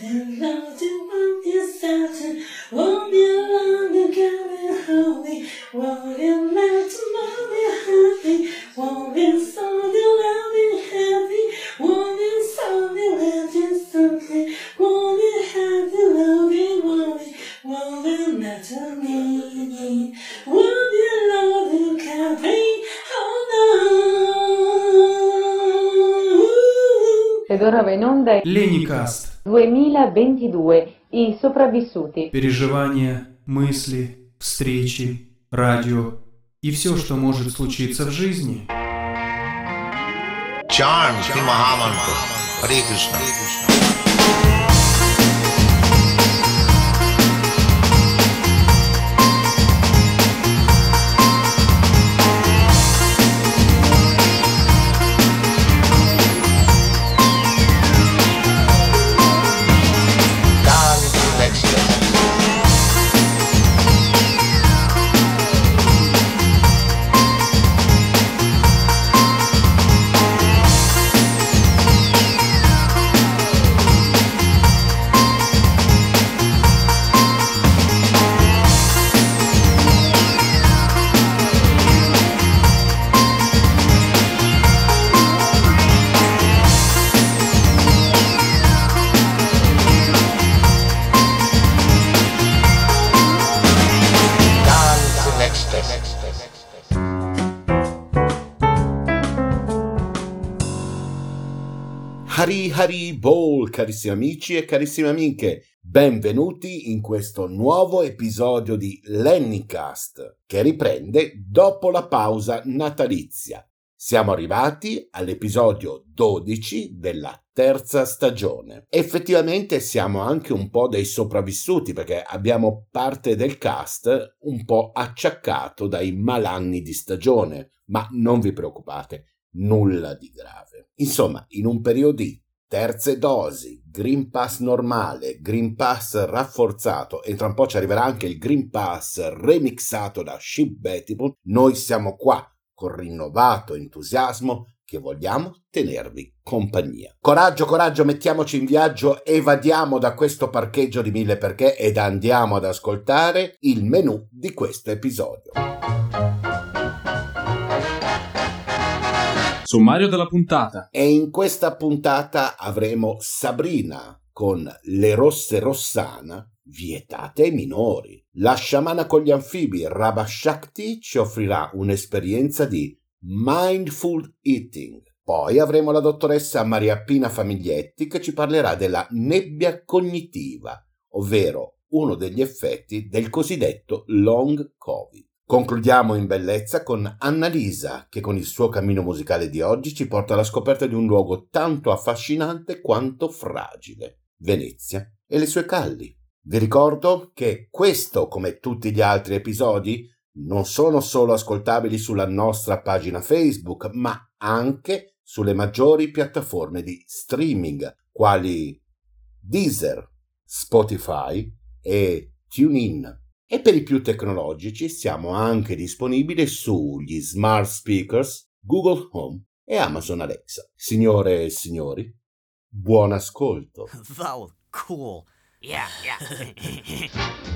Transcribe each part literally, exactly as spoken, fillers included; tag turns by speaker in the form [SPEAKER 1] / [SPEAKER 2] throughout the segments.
[SPEAKER 1] and love to want this out. Won't be long to come home. Won't be mad to love me happy. Won't be something love me happy. Won't be something love you something. Won't be happy love me won't be. Won't be mad to me. Won't be long to come
[SPEAKER 2] Ed ora va in onda
[SPEAKER 3] Леникаст.
[SPEAKER 2] duemilaventidue, i sopravvissuti.
[SPEAKER 3] Переживания, мысли, встречи, радио и все, что может случиться в жизни.
[SPEAKER 4] Charm Shri Mahamantra. Hare Krishna.
[SPEAKER 5] Hari Hari Bol, carissimi amici e carissime amiche, benvenuti in questo nuovo episodio di Lennycast che riprende dopo la pausa natalizia. Siamo arrivati all'episodio dodici della terza stagione. Effettivamente siamo anche un po' dei sopravvissuti perché abbiamo parte del cast un po' acciaccato dai malanni di stagione, ma non vi preoccupate. Nulla di grave. Insomma, in un periodo di terze dosi, Green Pass normale, Green Pass rafforzato e tra un po' ci arriverà anche il Green Pass remixato da Shibbetipool, noi siamo qua con rinnovato entusiasmo che vogliamo tenervi compagnia. Coraggio, coraggio, mettiamoci in viaggio, evadiamo da questo parcheggio di mille perché ed andiamo ad ascoltare il menù di questo episodio.
[SPEAKER 3] Sommario della puntata.
[SPEAKER 5] E in questa puntata avremo Sabrina con Le Rosse Rossana, vietate ai minori. La sciamana con gli anfibi Rabba Shakti ci offrirà un'esperienza di mindful eating. Poi avremo la dottoressa Maria Pina Famiglietti che ci parlerà della nebbia cognitiva, ovvero uno degli effetti del cosiddetto long covid. Concludiamo in bellezza con Annalisa, che con il suo cammino musicale di oggi ci porta alla scoperta di un luogo tanto affascinante quanto fragile, Venezia e le sue calli. Vi ricordo che questo, come tutti gli altri episodi, non sono solo ascoltabili sulla nostra pagina Facebook, ma anche sulle maggiori piattaforme di streaming, quali Deezer, Spotify e TuneIn. E per i più tecnologici siamo anche disponibili sugli smart speakers, Google Home e Amazon Alexa. Signore e signori, buon ascolto.
[SPEAKER 6] That was cool. Yeah, yeah.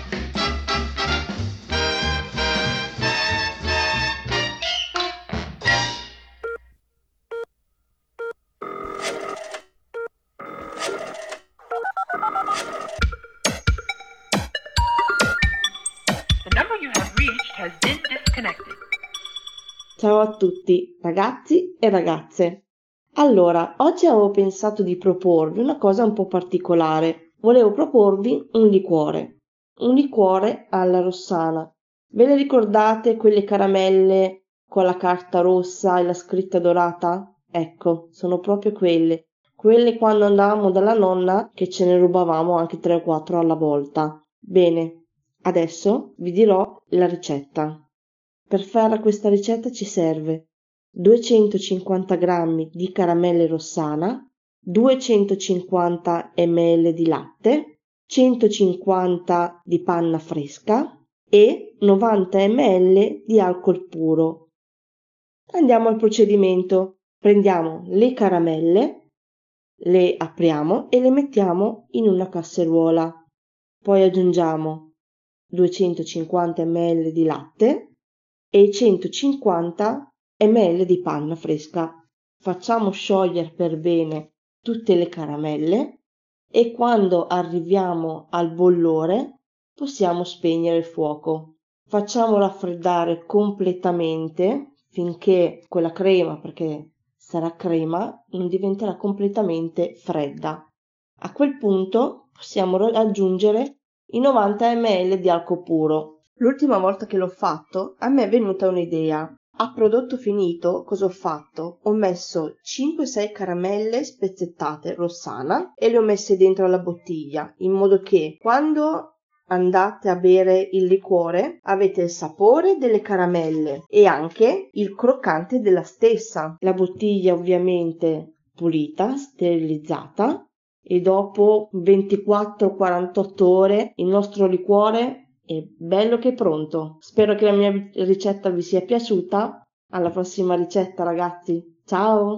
[SPEAKER 7] Ciao a tutti, ragazzi e ragazze. Allora, oggi avevo pensato di proporvi una cosa un po' particolare. Volevo proporvi un liquore. Un liquore alla rossana. Ve le ricordate quelle caramelle con la carta rossa e la scritta dorata? Ecco, sono proprio quelle. Quelle quando andavamo dalla nonna che ce ne rubavamo anche tre o quattro alla volta. Bene, adesso vi dirò la ricetta. Per fare questa ricetta ci serve duecentocinquanta grammi di caramelle rossana, duecentocinquanta millilitri di latte, centocinquanta di panna fresca e novanta millilitri di alcol puro. Andiamo al procedimento. Prendiamo le caramelle, Le apriamo e le mettiamo in una casseruola. Poi aggiungiamo duecentocinquanta millilitri di latte e centocinquanta millilitri di panna fresca. Facciamo sciogliere per bene tutte le caramelle e quando arriviamo al bollore possiamo spegnere il fuoco. Facciamo raffreddare completamente finché quella crema, perché sarà crema, non diventerà completamente fredda. A quel punto possiamo aggiungere i novanta millilitri di alcol puro. L'ultima volta che l'ho fatto a me è venuta un'idea. A prodotto finito cosa ho fatto? Ho messo cinque sei caramelle spezzettate Rossana e le ho messe dentro alla bottiglia, in modo che quando andate a bere il liquore avete il sapore delle caramelle e anche il croccante della stessa. La bottiglia ovviamente pulita, sterilizzata, e dopo ventiquattro quarantotto ore il nostro liquore è bello che è pronto. Spero che la mia ricetta vi sia piaciuta. Alla prossima ricetta, ragazzi. Ciao!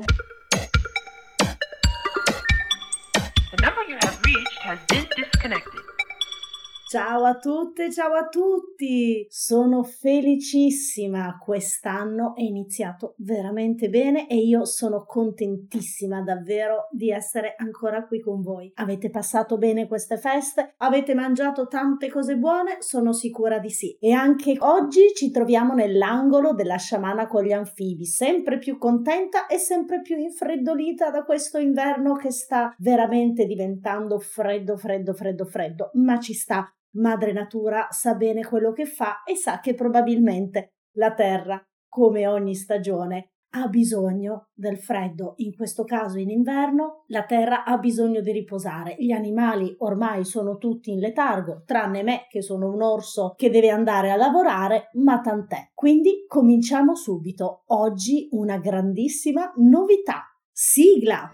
[SPEAKER 8] The number you have reached has been disconnected.
[SPEAKER 9] Ciao a tutte, ciao a tutti! Sono felicissima, quest'anno è iniziato veramente bene e io sono contentissima davvero di essere ancora qui con voi. Avete passato bene queste feste? Avete mangiato tante cose buone? Sono sicura di sì. E anche oggi ci troviamo nell'angolo della sciamana con gli anfibi, sempre più contenta e sempre più infreddolita da questo inverno che sta veramente diventando freddo, freddo, freddo, freddo, ma ci sta. Madre Natura sa bene quello che fa e sa che probabilmente la terra, come ogni stagione, ha bisogno del freddo. In questo caso in inverno la terra ha bisogno di riposare. Gli animali ormai sono tutti in letargo, tranne me che sono un orso che deve andare a lavorare, ma tant'è. Quindi cominciamo subito. Oggi una grandissima novità. Sigla!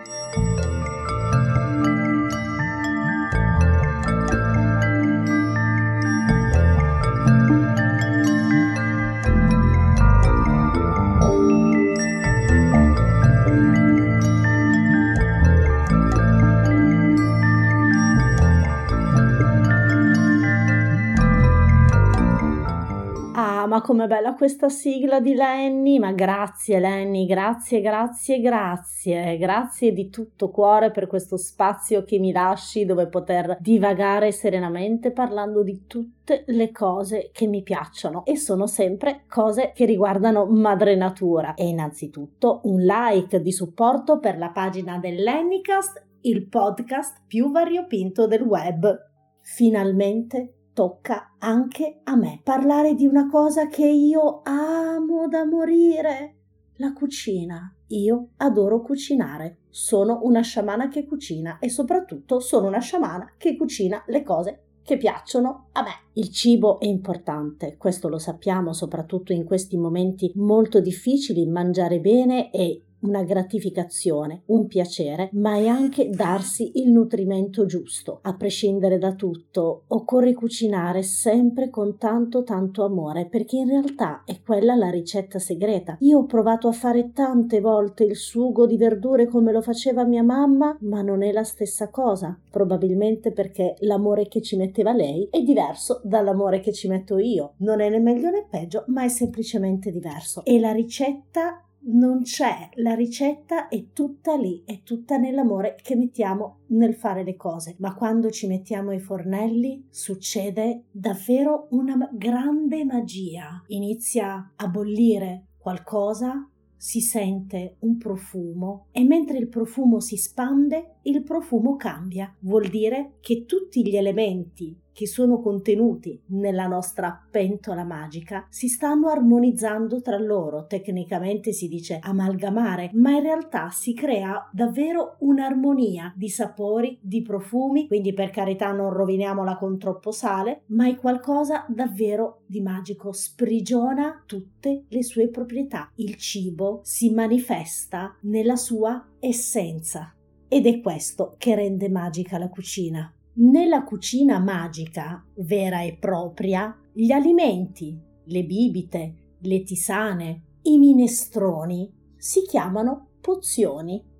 [SPEAKER 9] Ma com'è bella questa sigla di Lenny, ma grazie Lenny, grazie, grazie, grazie, grazie di tutto cuore per questo spazio che mi lasci dove poter divagare serenamente parlando di tutte le cose che mi piacciono e sono sempre cose che riguardano Madre Natura. E innanzitutto un like di supporto per la pagina del Lennycast, il podcast più variopinto del web. Finalmente tocca anche a me parlare di una cosa che io amo da morire, la cucina. Io adoro cucinare, sono una sciamana che cucina e soprattutto sono una sciamana che cucina le cose che piacciono a me. Il cibo è importante, questo lo sappiamo, soprattutto in questi momenti molto difficili. Mangiare bene è una gratificazione, un piacere, ma è anche darsi il nutrimento giusto. A prescindere da tutto, occorre cucinare sempre con tanto tanto amore, perché in realtà è quella la ricetta segreta. Io ho provato a fare tante volte il sugo di verdure come lo faceva mia mamma, ma non è la stessa cosa, probabilmente perché l'amore che ci metteva lei è diverso dall'amore che ci metto io. Non è né meglio né peggio, ma è semplicemente diverso. E la ricetta non c'è, la ricetta è tutta lì, è tutta nell'amore che mettiamo nel fare le cose, ma quando ci mettiamo ai fornelli succede davvero una grande magia. Inizia a bollire qualcosa, si sente un profumo e mentre il profumo si spande, il profumo cambia. Vuol dire che tutti gli elementi che sono contenuti nella nostra pentola magica si stanno armonizzando tra loro. Tecnicamente si dice amalgamare, ma in realtà si crea davvero un'armonia di sapori, di profumi, quindi per carità non roviniamola con troppo sale, ma è qualcosa davvero di magico, sprigiona tutte le sue proprietà. Il cibo si manifesta nella sua essenza ed è questo che rende magica la cucina. Nella cucina magica, vera e propria, gli alimenti, le bibite, le tisane, i minestroni si chiamano pozioni.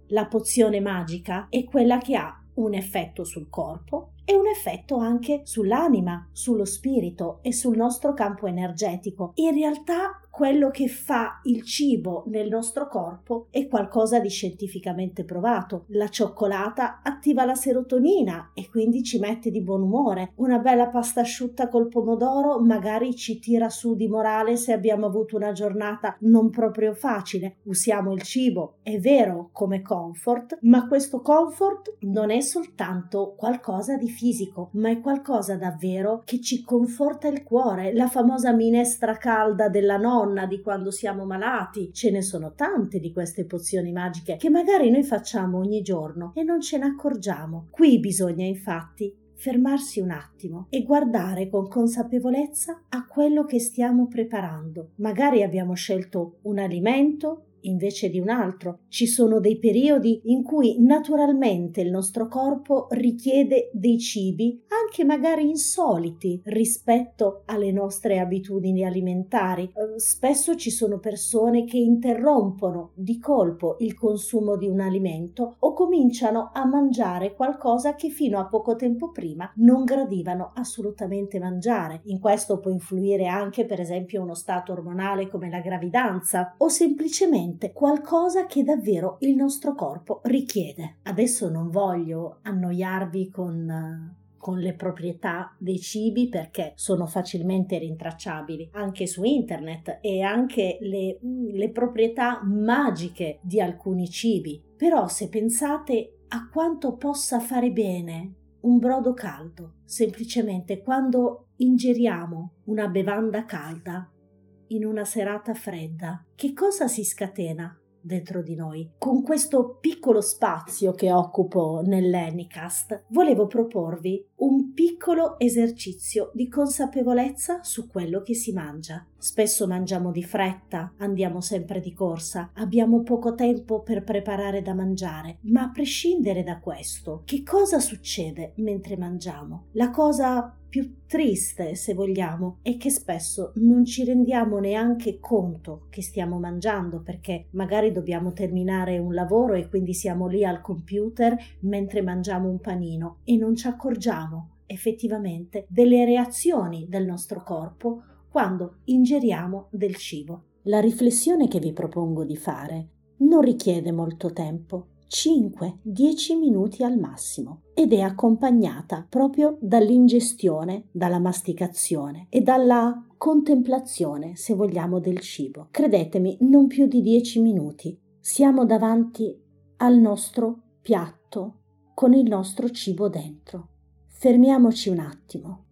[SPEAKER 9] La pozione magica è quella che ha un effetto sul corpo e un effetto anche sull'anima, sullo spirito e sul nostro campo energetico. In realtà quello che fa il cibo nel nostro corpo è qualcosa di scientificamente provato. La cioccolata attiva la serotonina e quindi ci mette di buon umore. Una bella pasta asciutta col pomodoro magari ci tira su di morale se abbiamo avuto una giornata non proprio facile. Usiamo il cibo, è vero, come comfort, ma questo comfort non è soltanto qualcosa di fisico, ma è qualcosa davvero che ci conforta il cuore. La famosa minestra calda della nonna di quando siamo malati. Ce ne sono tante di queste pozioni magiche che magari noi facciamo ogni giorno e non ce ne accorgiamo. Qui bisogna infatti fermarsi un attimo e guardare con consapevolezza a quello che stiamo preparando. Magari abbiamo scelto un alimento invece di un altro. Ci sono dei periodi in cui naturalmente il nostro corpo richiede dei cibi anche magari insoliti rispetto alle nostre abitudini alimentari. Eh, spesso ci sono persone che interrompono di colpo il consumo di un alimento o cominciano a mangiare qualcosa che fino a poco tempo prima non gradivano assolutamente mangiare. In questo può influire anche per esempio uno stato ormonale come la gravidanza o semplicemente qualcosa che davvero il nostro corpo richiede. Adesso non voglio annoiarvi con, con le proprietà dei cibi perché sono facilmente rintracciabili anche su internet e anche le, le proprietà magiche di alcuni cibi. Però se pensate a quanto possa fare bene un brodo caldo, semplicemente quando ingeriamo una bevanda calda in una serata fredda, che cosa si scatena dentro di noi? Con questo piccolo spazio che occupo nell'Anycast volevo proporvi un piccolo esercizio di consapevolezza su quello che si mangia. Spesso mangiamo di fretta, andiamo sempre di corsa, abbiamo poco tempo per preparare da mangiare, ma a prescindere da questo, che cosa succede mentre mangiamo? La cosa più triste, se vogliamo, è che spesso non ci rendiamo neanche conto che stiamo mangiando, perché magari dobbiamo terminare un lavoro e quindi siamo lì al computer mentre mangiamo un panino e non ci accorgiamo effettivamente delle reazioni del nostro corpo quando ingeriamo del cibo. La riflessione che vi propongo di fare non richiede molto tempo, cinque dieci minuti al massimo, ed è accompagnata proprio dall'ingestione, dalla masticazione e dalla contemplazione, se vogliamo, del cibo. Credetemi, non più di dieci minuti. Siamo davanti al nostro piatto con il nostro cibo dentro. Fermiamoci un attimo.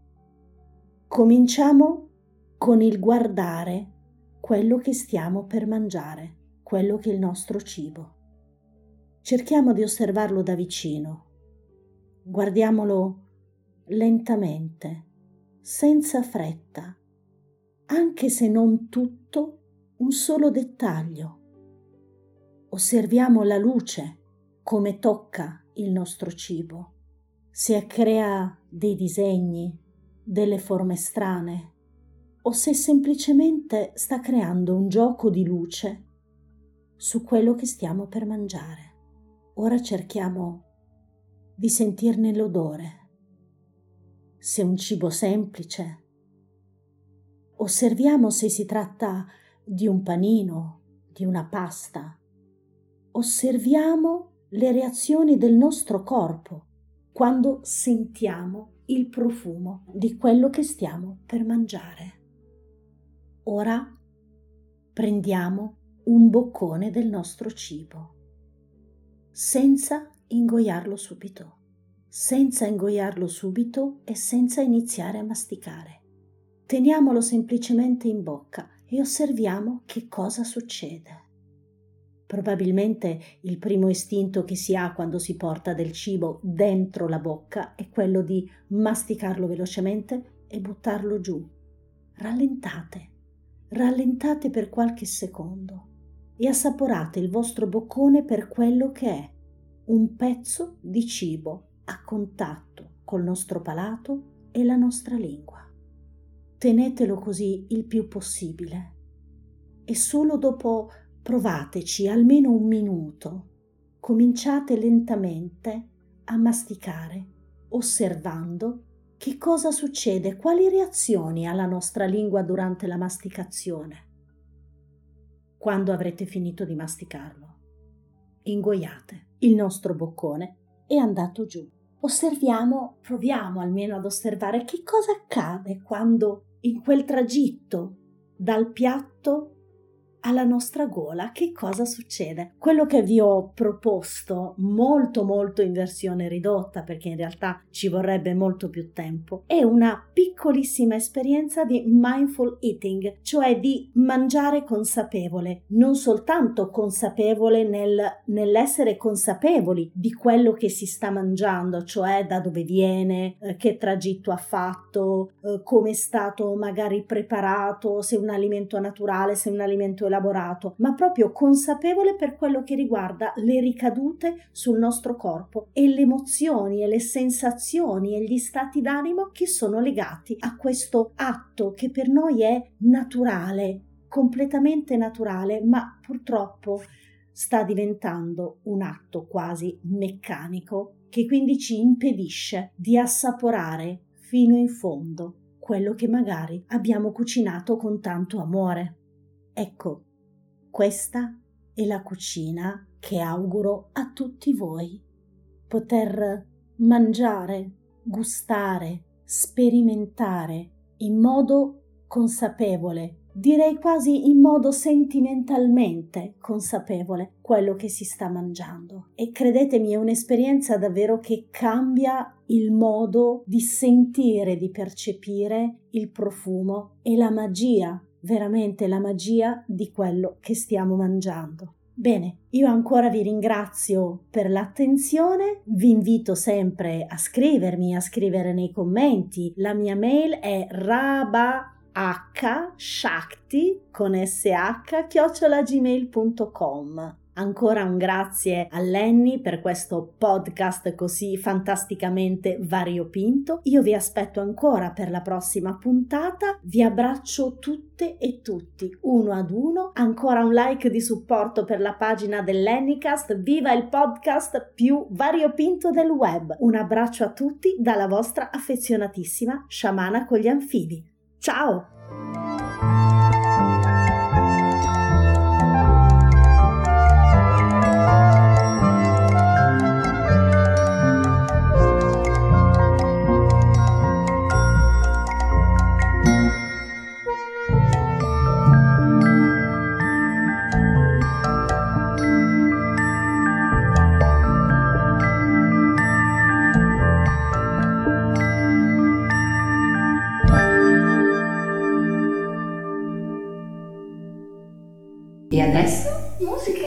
[SPEAKER 9] Cominciamo con il guardare quello che stiamo per mangiare, quello che è il nostro cibo. Cerchiamo di osservarlo da vicino. Guardiamolo lentamente, senza fretta, anche se non tutto, un solo dettaglio. Osserviamo la luce, come tocca il nostro cibo, se crea dei disegni, delle forme strane, o se semplicemente sta creando un gioco di luce su quello che stiamo per mangiare. Ora cerchiamo di sentirne l'odore. Se è un cibo semplice, osserviamo se si tratta di un panino, di una pasta. Osserviamo le reazioni del nostro corpo quando sentiamo il profumo di quello che stiamo per mangiare. Ora prendiamo un boccone del nostro cibo, senza ingoiarlo subito, senza ingoiarlo subito e senza iniziare a masticare. Teniamolo semplicemente in bocca e osserviamo che cosa succede. Probabilmente il primo istinto che si ha quando si porta del cibo dentro la bocca è quello di masticarlo velocemente e buttarlo giù. Rallentate, rallentate per qualche secondo e assaporate il vostro boccone per quello che è, un pezzo di cibo a contatto col nostro palato e la nostra lingua. Tenetelo così il più possibile e solo dopo provateci almeno un minuto cominciate lentamente a masticare, osservando che cosa succede, quali reazioni ha la nostra lingua durante la masticazione. Quando avrete finito di masticarlo, ingoiate, il nostro boccone è andato giù. Osserviamo, proviamo almeno ad osservare che cosa accade quando in quel tragitto dal piatto alla nostra gola, che cosa succede? Quello che vi ho proposto, molto molto in versione ridotta, perché in realtà ci vorrebbe molto più tempo, è una piccolissima esperienza di mindful eating, cioè di mangiare consapevole, non soltanto consapevole nel, nell'essere consapevoli di quello che si sta mangiando, cioè da dove viene, eh, che tragitto ha fatto, eh, come è stato magari preparato, se è un alimento naturale, se è un alimento elaborato, ma proprio consapevole per quello che riguarda le ricadute sul nostro corpo e le emozioni e le sensazioni e gli stati d'animo che sono legati a questo atto che per noi è naturale, completamente naturale, ma purtroppo sta diventando un atto quasi meccanico che quindi ci impedisce di assaporare fino in fondo quello che magari abbiamo cucinato con tanto amore. Ecco, questa è la cucina che auguro a tutti voi. Poter mangiare, gustare, sperimentare in modo consapevole, direi quasi in modo sentimentalmente consapevole quello che si sta mangiando. E credetemi, è un'esperienza davvero che cambia il modo di sentire, di percepire il profumo e la magia, veramente la magia di quello che stiamo mangiando. Bene, io ancora vi ringrazio per l'attenzione, vi invito sempre a scrivermi, a scrivere nei commenti. La mia mail è rabahshakti con sh chiocciola gmail punto com. Ancora un grazie a Lenny per questo podcast così fantasticamente variopinto. Io vi aspetto ancora per la prossima puntata. Vi abbraccio tutte e tutti, uno ad uno. Ancora un like di supporto per la pagina dell'Lennycast. Viva il podcast più variopinto del web. Un abbraccio a tutti dalla vostra affezionatissima sciamana con gli anfibi. Ciao!
[SPEAKER 10] E adesso musica!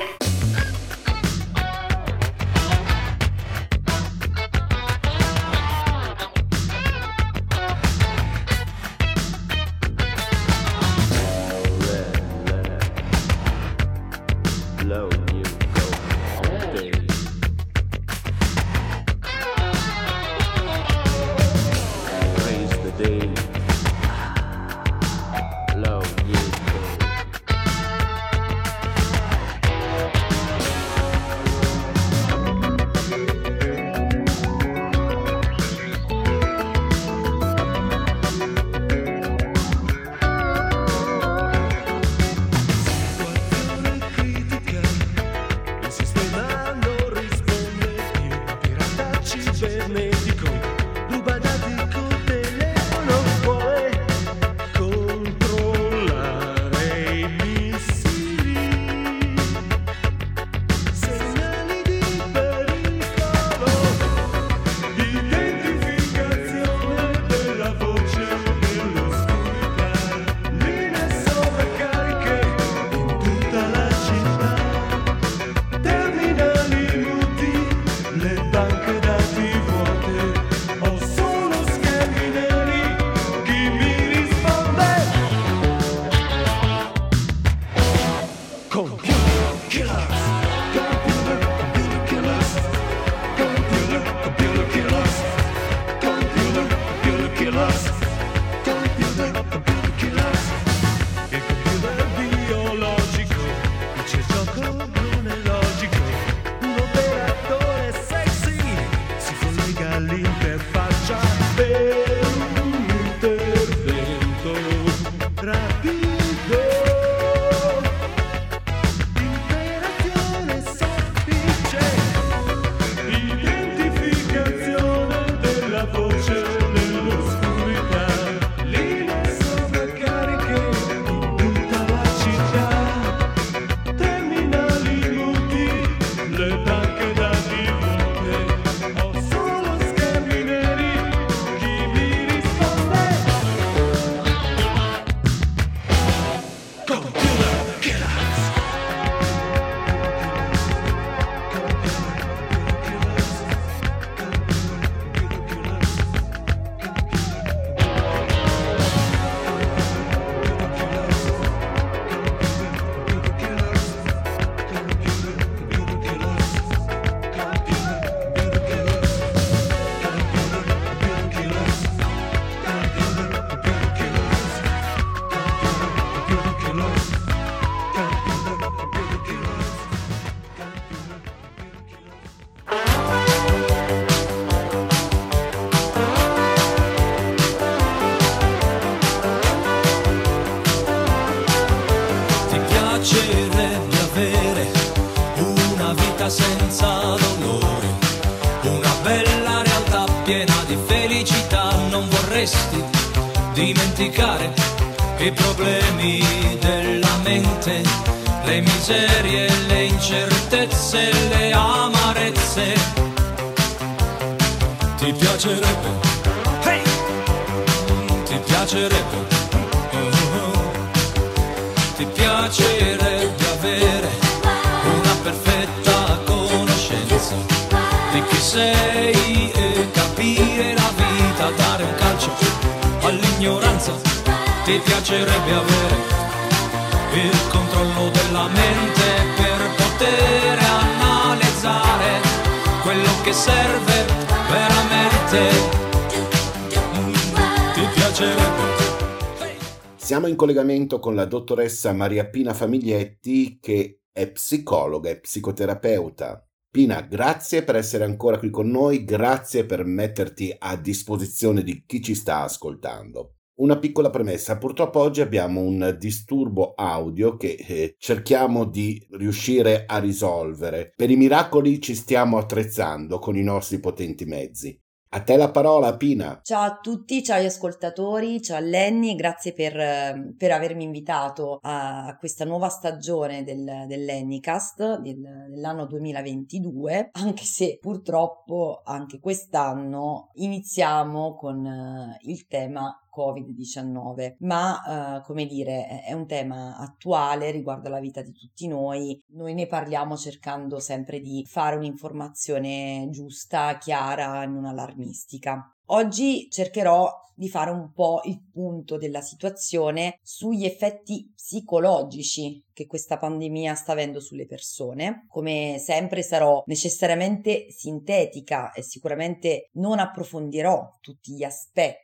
[SPEAKER 11] Biologico, c'è gioco non è logico, uno per vorresti dimenticare i problemi della mente, le miserie, le incertezze, le amarezze. Ti piacerebbe, hey! Ti piacerebbe, oh, oh. Ti piacerebbe avere una perfetta conoscenza di chi sei e capire la vita, dare un calcio all'ignoranza. Ti piacerebbe avere il controllo della mente per poter analizzare quello che serve veramente. Ti piacerebbe.
[SPEAKER 5] Siamo in collegamento con la dottoressa Maria Pina Famiglietti, che è psicologa e psicoterapeuta. Pina, grazie per essere ancora qui con noi, grazie per metterti a disposizione di chi ci sta ascoltando. Una piccola premessa, purtroppo oggi abbiamo un disturbo audio che eh, cerchiamo di riuscire a risolvere. Per i miracoli ci stiamo attrezzando con i nostri potenti mezzi. A te la parola, Pina.
[SPEAKER 12] Ciao a tutti, ciao agli ascoltatori, ciao a Lenny, grazie per, per avermi invitato a, a questa nuova stagione del, dell'Ennicast del, dell'anno duemilaventidue, anche se purtroppo anche quest'anno iniziamo con uh, il tema covid diciannove, ma uh, come dire, è un tema attuale, riguarda la vita di tutti noi. Noi ne parliamo cercando sempre di fare un'informazione giusta, chiara, non allarmistica. Oggi cercherò di fare un po' il punto della situazione sugli effetti psicologici che questa pandemia sta avendo sulle persone. Come sempre sarò necessariamente sintetica e sicuramente non approfondirò tutti gli aspetti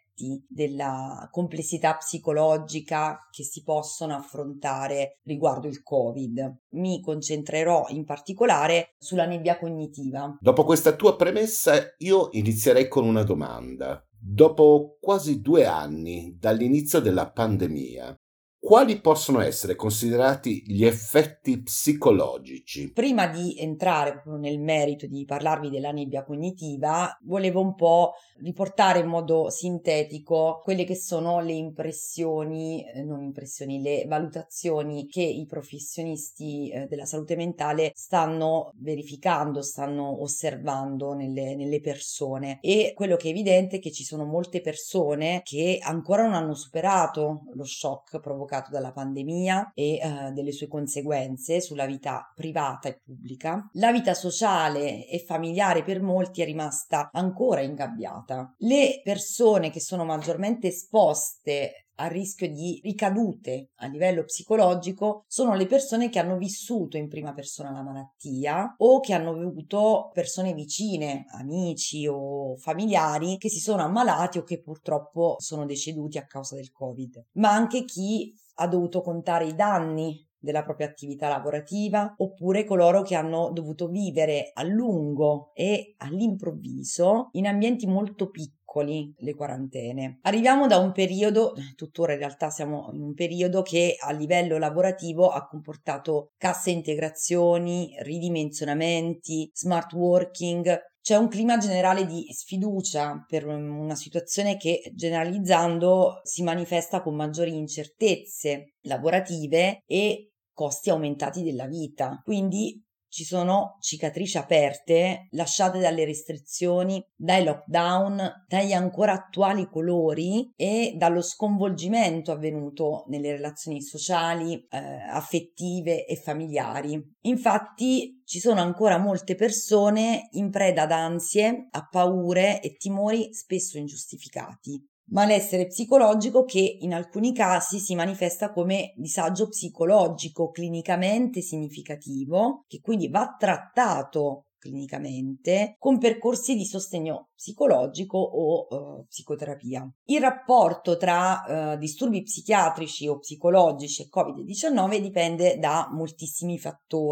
[SPEAKER 12] della complessità psicologica che si possono affrontare riguardo il Covid. Mi concentrerò in particolare sulla nebbia cognitiva.
[SPEAKER 5] Dopo questa tua premessa, io inizierei con una domanda. Dopo quasi due anni dall'inizio della pandemia, quali possono essere considerati gli effetti psicologici?
[SPEAKER 12] Prima di entrare proprio nel merito di parlarvi della nebbia cognitiva, volevo un po' riportare in modo sintetico quelle che sono le impressioni, eh, non impressioni, le valutazioni che i professionisti eh, della salute mentale stanno verificando, stanno osservando nelle, nelle persone. E quello che è evidente è che ci sono molte persone che ancora non hanno superato lo shock provocato dalla pandemia e uh, delle sue conseguenze sulla vita privata e pubblica. La vita sociale e familiare per molti è rimasta ancora ingabbiata. Le persone che sono maggiormente esposte a rischio di ricadute a livello psicologico sono le persone che hanno vissuto in prima persona la malattia o che hanno avuto persone vicine, amici o familiari che si sono ammalati o che purtroppo sono deceduti a causa del Covid, ma anche chi ha dovuto contare i danni della propria attività lavorativa, oppure coloro che hanno dovuto vivere a lungo e all'improvviso in ambienti molto piccoli le quarantene. Arriviamo da un periodo, tuttora in realtà siamo in un periodo che a livello lavorativo ha comportato casse integrazioni, ridimensionamenti, smart working. C'è un clima generale di sfiducia per una situazione che, generalizzando, si manifesta con maggiori incertezze lavorative e costi aumentati della vita. Quindi ci sono cicatrici aperte lasciate dalle restrizioni, dai lockdown, dagli ancora attuali colori e dallo sconvolgimento avvenuto nelle relazioni sociali, eh, affettive e familiari. Infatti ci sono ancora molte persone in preda ad ansie, a paure e timori spesso ingiustificati. Malessere psicologico che in alcuni casi si manifesta come disagio psicologico clinicamente significativo, che quindi va trattato clinicamente con percorsi di sostegno psicologico o uh, psicoterapia. Il rapporto tra uh, disturbi psichiatrici o psicologici e covid diciannove dipende da moltissimi fattori.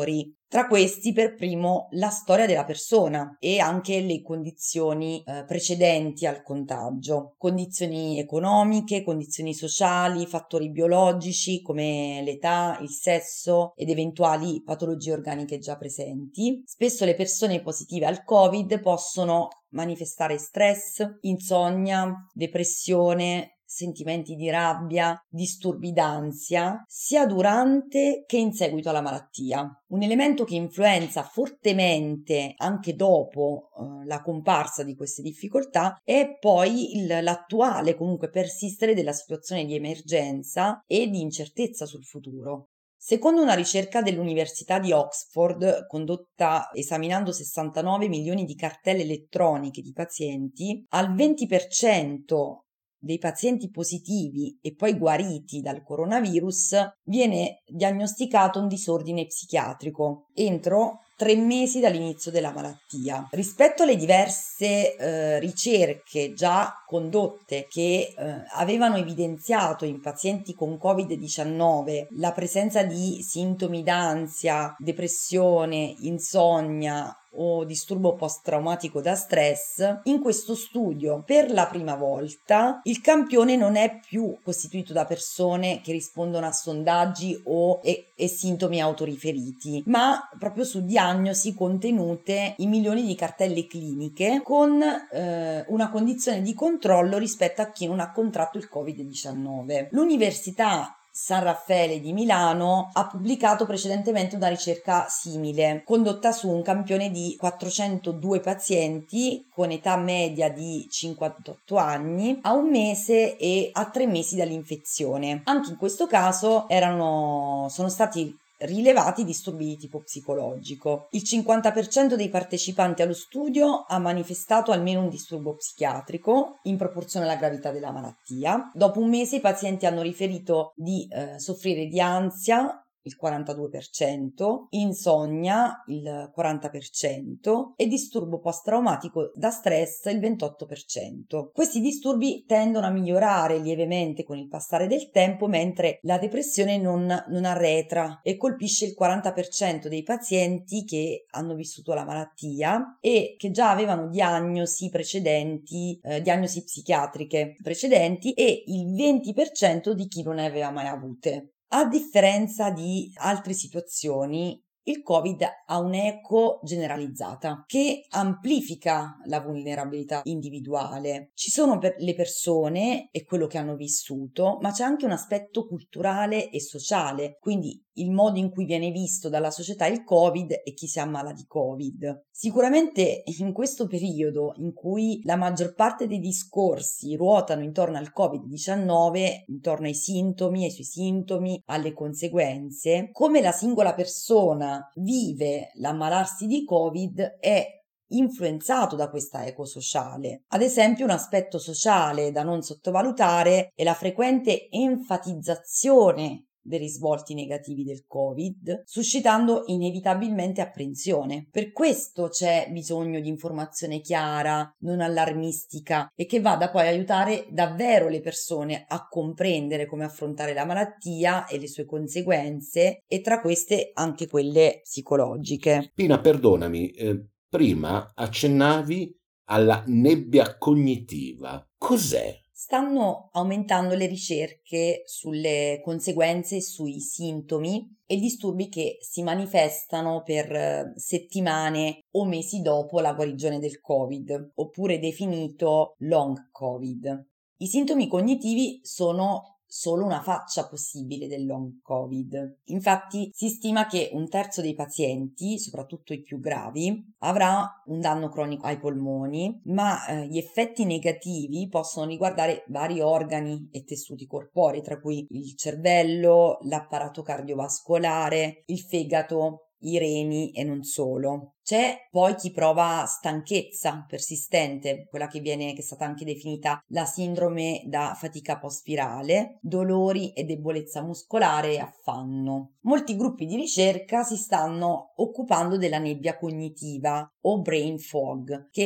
[SPEAKER 12] Tra questi per primo la storia della persona e anche le condizioni eh, precedenti al contagio, condizioni economiche, condizioni sociali, fattori biologici come l'età, il sesso ed eventuali patologie organiche già presenti. Spesso le persone positive al Covid possono manifestare stress, insonnia, depressione, sentimenti di rabbia, disturbi d'ansia, sia durante che in seguito alla malattia. Un elemento che influenza fortemente anche dopo eh, la comparsa di queste difficoltà è poi il, l'attuale comunque persistere della situazione di emergenza e di incertezza sul futuro. Secondo una ricerca dell'Università di Oxford, condotta esaminando sessantanove milioni di cartelle elettroniche di pazienti, al venti per cento dei pazienti positivi e poi guariti dal coronavirus viene diagnosticato un disordine psichiatrico entro tre mesi dall'inizio della malattia. Rispetto alle diverse eh, ricerche già condotte che eh, avevano evidenziato in pazienti con covid diciannove la presenza di sintomi d'ansia, depressione, insonnia o disturbo post-traumatico da stress, in questo studio per la prima volta il campione non è più costituito da persone che rispondono a sondaggi o e, e sintomi autoriferiti, ma proprio su diagnosi contenute in milioni di cartelle cliniche con eh, una condizione di controllo rispetto a chi non ha contratto il covid diciannove. L'Università San Raffaele di Milano ha pubblicato precedentemente una ricerca simile, condotta su un campione di quattrocentodue pazienti con età media di cinquantotto anni a un mese e a tre mesi dall'infezione. Anche in questo caso erano, sono stati rilevati disturbi di tipo psicologico. Il cinquanta per cento dei partecipanti allo studio ha manifestato almeno un disturbo psichiatrico in proporzione alla gravità della malattia. Dopo un mese i pazienti hanno riferito di eh, soffrire di ansia, il quarantadue per cento, insonnia, il quaranta per cento e disturbo post-traumatico da stress, il ventotto per cento. Questi disturbi tendono a migliorare lievemente con il passare del tempo, mentre la depressione non, non arretra e colpisce il quaranta per cento dei pazienti che hanno vissuto la malattia e che già avevano diagnosi precedenti, eh, diagnosi psichiatriche precedenti, e il venti per cento di chi non ne aveva mai avute. A differenza di altre situazioni, il Covid ha un'eco generalizzata che amplifica la vulnerabilità individuale. Ci sono per le persone e quello che hanno vissuto, ma c'è anche un aspetto culturale e sociale, quindi il modo in cui viene visto dalla società il Covid e chi si ammala di Covid. Sicuramente in questo periodo in cui la maggior parte dei discorsi ruotano intorno al covid diciannove, intorno ai sintomi, ai suoi sintomi, alle conseguenze, come la singola persona vive l'ammalarsi di Covid è influenzato da questa eco sociale. Ad esempio, un aspetto sociale da non sottovalutare è la frequente enfatizzazione dei risvolti negativi del Covid, suscitando inevitabilmente apprensione. Per questo c'è bisogno di informazione chiara, non allarmistica, e che vada poi a aiutare davvero le persone a comprendere come affrontare la malattia e le sue conseguenze, e tra queste anche quelle psicologiche.
[SPEAKER 5] Pina, perdonami, eh, prima accennavi alla nebbia cognitiva. Cos'è?
[SPEAKER 12] Stanno aumentando le ricerche sulle conseguenze e sui sintomi e disturbi che si manifestano per settimane o mesi dopo la guarigione del Covid, oppure definito long Covid. I sintomi cognitivi sono solo una faccia possibile del long Covid. Infatti si stima che un terzo dei pazienti, soprattutto i più gravi, avrà un danno cronico ai polmoni, ma eh, gli effetti negativi possono riguardare vari organi e tessuti corporei, tra cui il cervello, l'apparato cardiovascolare, il fegato, i reni e non solo. C'è poi chi prova stanchezza persistente, quella che viene che è stata anche definita la sindrome da fatica post-virale, dolori e debolezza muscolare e affanno. Molti gruppi di ricerca si stanno occupando della nebbia cognitiva o brain fog, che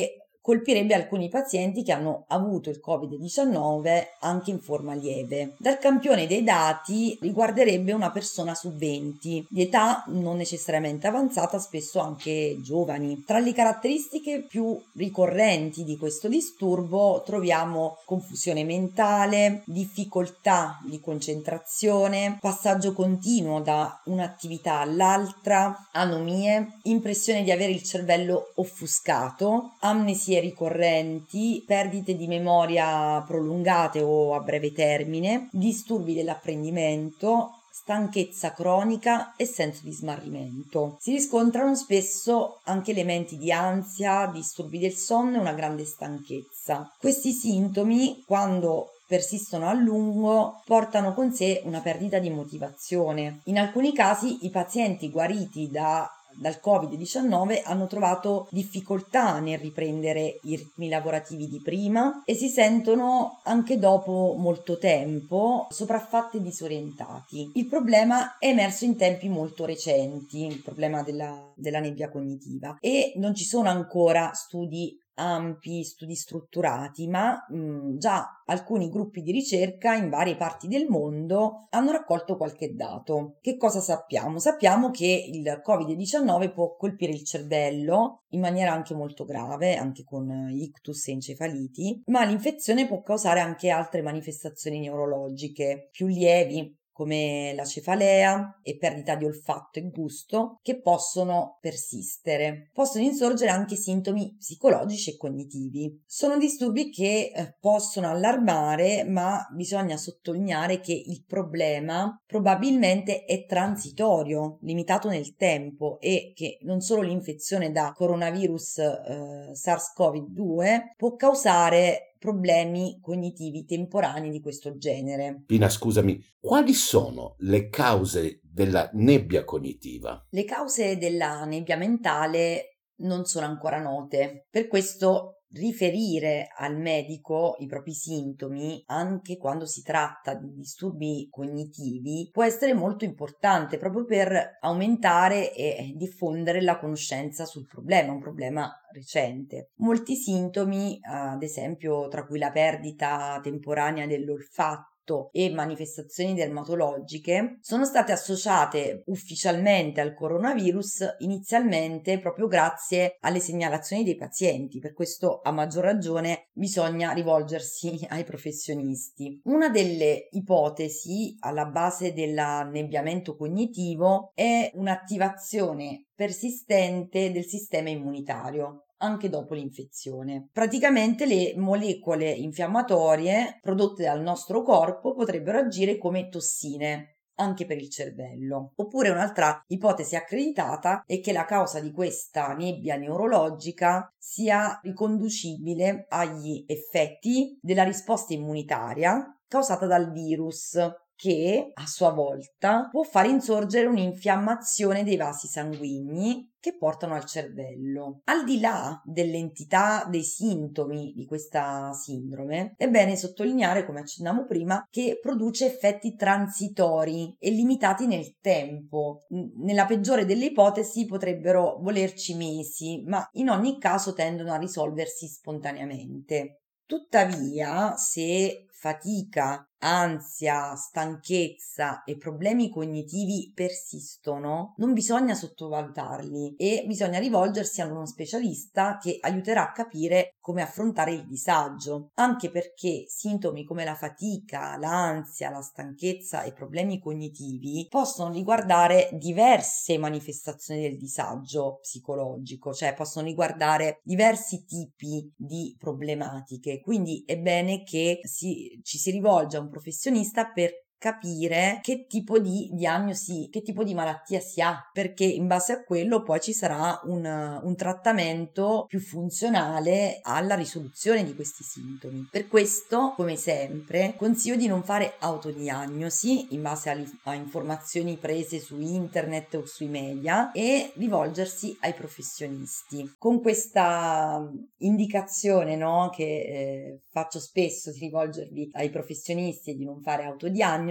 [SPEAKER 12] colpirebbe alcuni pazienti che hanno avuto il covid diciannove anche in forma lieve. Dal campione dei dati riguarderebbe una persona su venti, di età non necessariamente avanzata, spesso anche giovani. Tra le caratteristiche più ricorrenti di questo disturbo troviamo confusione mentale, difficoltà di concentrazione, passaggio continuo da un'attività all'altra, anomie, impressione di avere il cervello offuscato, amnesie ricorrenti, perdite di memoria prolungate o a breve termine, disturbi dell'apprendimento, stanchezza cronica e senso di smarrimento. Si riscontrano spesso anche elementi di ansia, disturbi del sonno e una grande stanchezza. Questi sintomi, quando persistono a lungo, portano con sé una perdita di motivazione. In alcuni casi i pazienti guariti da dal covid diciannove hanno trovato difficoltà nel riprendere i ritmi lavorativi di prima e si sentono anche dopo molto tempo sopraffatti e disorientati. Il problema è emerso in tempi molto recenti, il problema della, della nebbia cognitiva, e non ci sono ancora studi ampi, studi strutturati, ma mh, già alcuni gruppi di ricerca in varie parti del mondo hanno raccolto qualche dato. Che cosa sappiamo? Sappiamo che il covid diciannove può colpire il cervello in maniera anche molto grave, anche con ictus e encefaliti, ma l'infezione può causare anche altre manifestazioni neurologiche più lievi, come la cefalea e perdita di olfatto e gusto, che possono persistere. Possono insorgere anche sintomi psicologici e cognitivi. Sono disturbi che eh, possono allarmare, ma bisogna sottolineare che il problema probabilmente è transitorio, limitato nel tempo, e che non solo l'infezione da coronavirus eh, SARS-CoV due può causare problemi cognitivi temporanei di questo genere.
[SPEAKER 5] Pina, scusami, quali sono le cause della nebbia cognitiva?
[SPEAKER 12] Le cause della nebbia mentale non sono ancora note, per questo riferire al medico i propri sintomi, anche quando si tratta di disturbi cognitivi, può essere molto importante proprio per aumentare e diffondere la conoscenza sul problema, un problema recente. Molti sintomi, ad esempio, tra cui la perdita temporanea dell'olfatto e manifestazioni dermatologiche, sono state associate ufficialmente al coronavirus inizialmente proprio grazie alle segnalazioni dei pazienti. Per questo, a maggior ragione, bisogna rivolgersi ai professionisti. Una delle ipotesi alla base dell'annebbiamento cognitivo è un'attivazione persistente del sistema immunitario anche dopo l'infezione. Praticamente le molecole infiammatorie prodotte dal nostro corpo potrebbero agire come tossine anche per il cervello. Oppure un'altra ipotesi accreditata è che la causa di questa nebbia neurologica sia riconducibile agli effetti della risposta immunitaria causata dal virus, che a sua volta può far insorgere un'infiammazione dei vasi sanguigni che portano al cervello. Al di là dell'entità dei sintomi di questa sindrome, è bene sottolineare, come accennavo prima, che produce effetti transitori e limitati nel tempo. Nella peggiore delle ipotesi potrebbero volerci mesi, ma in ogni caso tendono a risolversi spontaneamente. Tuttavia, se fatica, ansia, stanchezza e problemi cognitivi persistono, non bisogna sottovalutarli e bisogna rivolgersi a uno specialista che aiuterà a capire come affrontare il disagio, anche perché sintomi come la fatica, l'ansia, la stanchezza e problemi cognitivi possono riguardare diverse manifestazioni del disagio psicologico, cioè possono riguardare diversi tipi di problematiche, quindi è bene che si, ci si rivolga a un professionista per capire che tipo di diagnosi, che tipo di malattia si ha, perché in base a quello poi ci sarà un, un trattamento più funzionale alla risoluzione di questi sintomi. Per questo, come sempre, consiglio di non fare autodiagnosi in base a, a informazioni prese su internet o sui media e rivolgersi ai professionisti. Con questa indicazione, no, che eh, faccio spesso, di rivolgervi ai professionisti e di non fare autodiagnosi,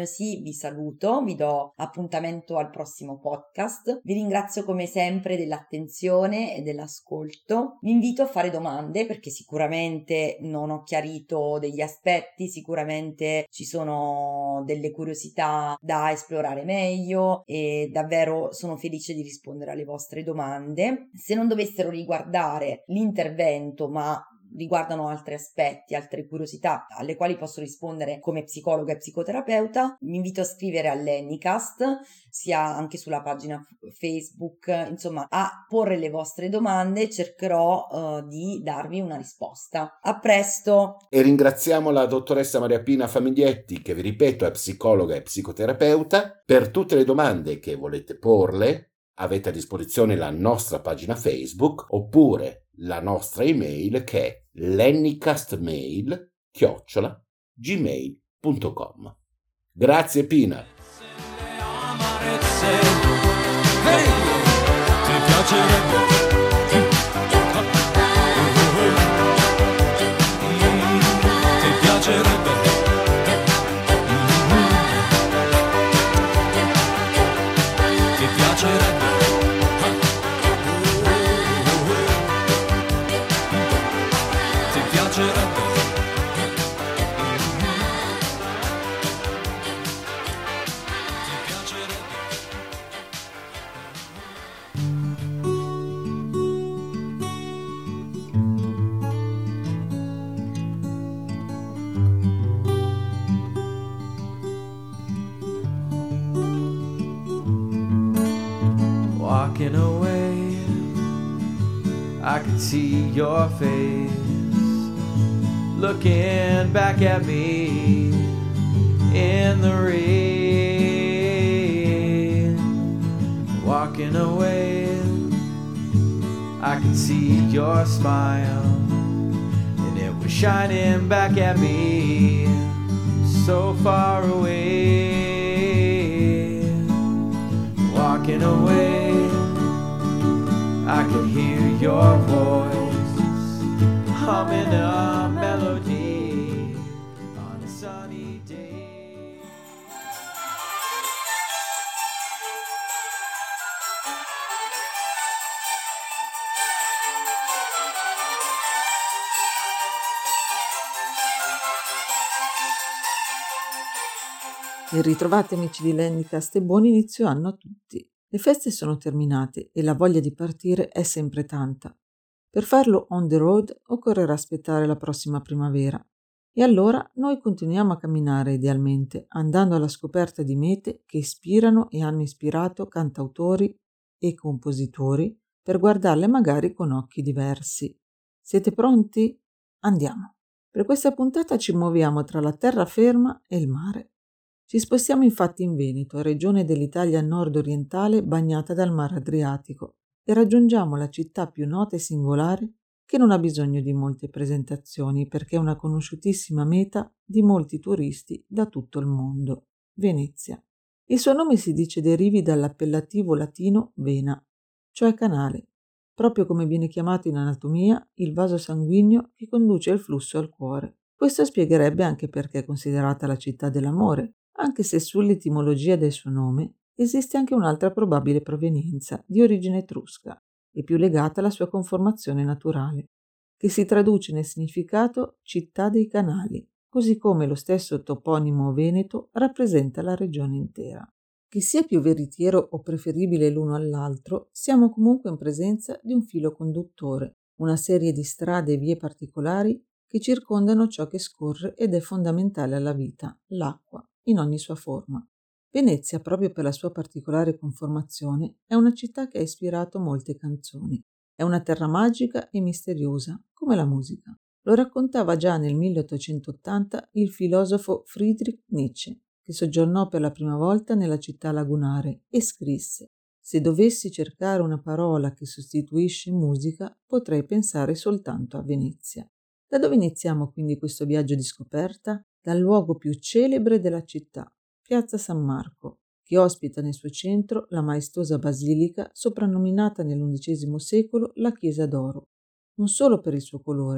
[SPEAKER 12] mio sì vi saluto, vi do appuntamento al prossimo podcast, vi ringrazio come sempre dell'attenzione e dell'ascolto, vi invito a fare domande perché sicuramente non ho chiarito degli aspetti, sicuramente ci sono delle curiosità da esplorare meglio e davvero sono felice di rispondere alle vostre domande. Se non dovessero riguardare l'intervento ma riguardano altri aspetti, altre curiosità alle quali posso rispondere come psicologa e psicoterapeuta, vi invito a scrivere all'Anycast, sia anche sulla pagina Facebook, insomma a porre le vostre domande, cercherò uh, di darvi una risposta. A presto!
[SPEAKER 5] E ringraziamo la dottoressa Maria Pina Famiglietti, che vi ripeto è psicologa e psicoterapeuta. Per tutte le domande che volete porle avete a disposizione la nostra pagina Facebook oppure la nostra email che è l'anycastmail chiocciola gmail punto com. Grazie Pina.
[SPEAKER 11] Hey, ti piacerebbe? Ti piacerebbe? Ti piacerebbe? Walking away, I could see your face looking back at me in the rain. Walking away, I could see your smile, and it was shining back at me so far away. Walking away, I could hear your voice humming a melody on a sunny day.
[SPEAKER 13] Ben ritrovati amici di L'Anycast e buon inizio anno a tutti. Le feste sono terminate e la voglia di partire è sempre tanta. Per farlo on the road occorrerà aspettare la prossima primavera. E allora noi continuiamo a camminare idealmente, andando alla scoperta di mete che ispirano e hanno ispirato cantautori e compositori per guardarle magari con occhi diversi. Siete pronti? Andiamo. Per questa puntata ci muoviamo tra la terraferma e il mare. Ci spostiamo infatti in Veneto, regione dell'Italia nord-orientale bagnata dal Mar Adriatico, e raggiungiamo la città più nota e singolare che non ha bisogno di molte presentazioni perché è una conosciutissima meta di molti turisti da tutto il mondo, Venezia. Il suo nome si dice derivi dall'appellativo latino vena, cioè canale, proprio come viene chiamato in anatomia il vaso sanguigno che conduce il flusso al cuore. Questo spiegherebbe anche perché è considerata la città dell'amore, anche se sull'etimologia del suo nome esiste anche un'altra probabile provenienza di origine etrusca e più legata alla sua conformazione naturale, che si traduce nel significato città dei canali, così come lo stesso toponimo veneto rappresenta la regione intera. Che sia più veritiero o preferibile l'uno all'altro, siamo comunque in presenza di un filo conduttore, una serie di strade e vie particolari che circondano ciò che scorre ed è fondamentale alla vita, l'acqua, in ogni sua forma. Venezia, proprio per la sua particolare conformazione, è una città che ha ispirato molte canzoni. È una terra magica e misteriosa, come la musica. Lo raccontava già nel milleottocentottanta il filosofo Friedrich Nietzsche, che soggiornò per la prima volta nella città lagunare e scrisse: «Se dovessi cercare una parola che sostituisce musica, potrei pensare soltanto a Venezia». Da dove iniziamo quindi questo viaggio di scoperta? Dal luogo più celebre della città, Piazza San Marco, che ospita nel suo centro la maestosa basilica soprannominata nell'undicesimo secolo la Chiesa d'Oro, non solo per il suo colore,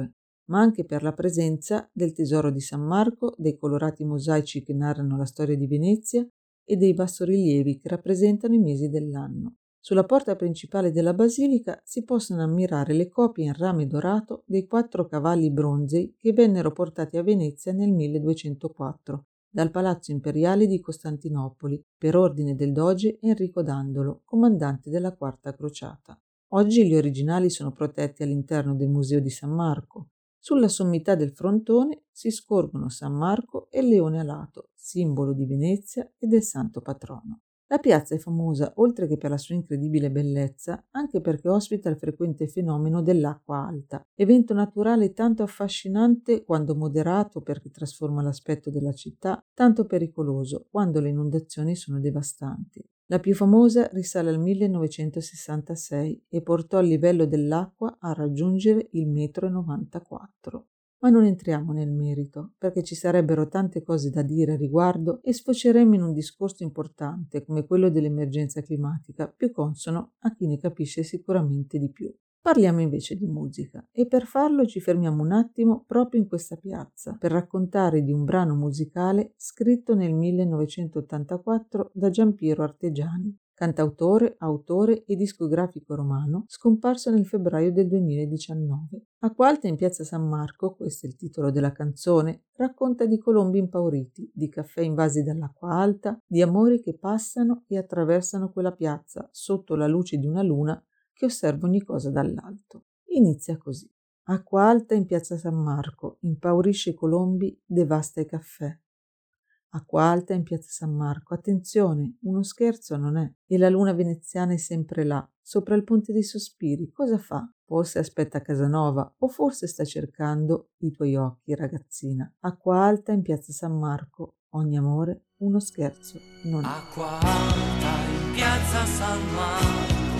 [SPEAKER 13] ma anche per la presenza del Tesoro di San Marco, dei colorati mosaici che narrano la storia di Venezia e dei bassorilievi che rappresentano i mesi dell'anno. Sulla porta principale della basilica si possono ammirare le copie in rame dorato dei quattro cavalli bronzei che vennero portati a Venezia nel milleduecentoquattro dal Palazzo Imperiale di Costantinopoli per ordine del doge Enrico Dandolo, comandante della Quarta Crociata. Oggi gli originali sono protetti all'interno del Museo di San Marco. Sulla sommità del frontone si scorgono San Marco e il leone alato, simbolo di Venezia e del santo patrono. La piazza è famosa, oltre che per la sua incredibile bellezza, anche perché ospita il frequente fenomeno dell'acqua alta, evento naturale tanto affascinante quando moderato perché trasforma l'aspetto della città, tanto pericoloso quando le inondazioni sono devastanti. La più famosa risale al millenovecentosessantasei e portò il livello dell'acqua a raggiungere il metro e novantaquattro. Ma non entriamo nel merito, perché ci sarebbero tante cose da dire a riguardo e sfoceremmo in un discorso importante come quello dell'emergenza climatica, più consono a chi ne capisce sicuramente di più. Parliamo invece di musica e per farlo ci fermiamo un attimo proprio in questa piazza per raccontare di un brano musicale scritto nel millenovecentottantaquattro da Giampiero Artegiani, cantautore, autore e discografico romano, scomparso nel febbraio del duemiladiciannove. Acqua alta in piazza San Marco, questo è il titolo della canzone, racconta di colombi impauriti, di caffè invasi dall'acqua alta, di amori che passano e attraversano quella piazza sotto la luce di una luna che osserva ogni cosa dall'alto. Inizia così. Acqua alta in piazza San Marco, impaurisce i colombi, devasta i caffè. Acqua alta in piazza San Marco, attenzione, uno scherzo non è, e la luna veneziana è sempre là, sopra il ponte dei sospiri, cosa fa? Forse aspetta Casanova, o forse sta cercando i tuoi occhi, ragazzina. Acqua alta in piazza San Marco, ogni amore, uno scherzo non è.
[SPEAKER 11] Acqua alta in piazza San Marco,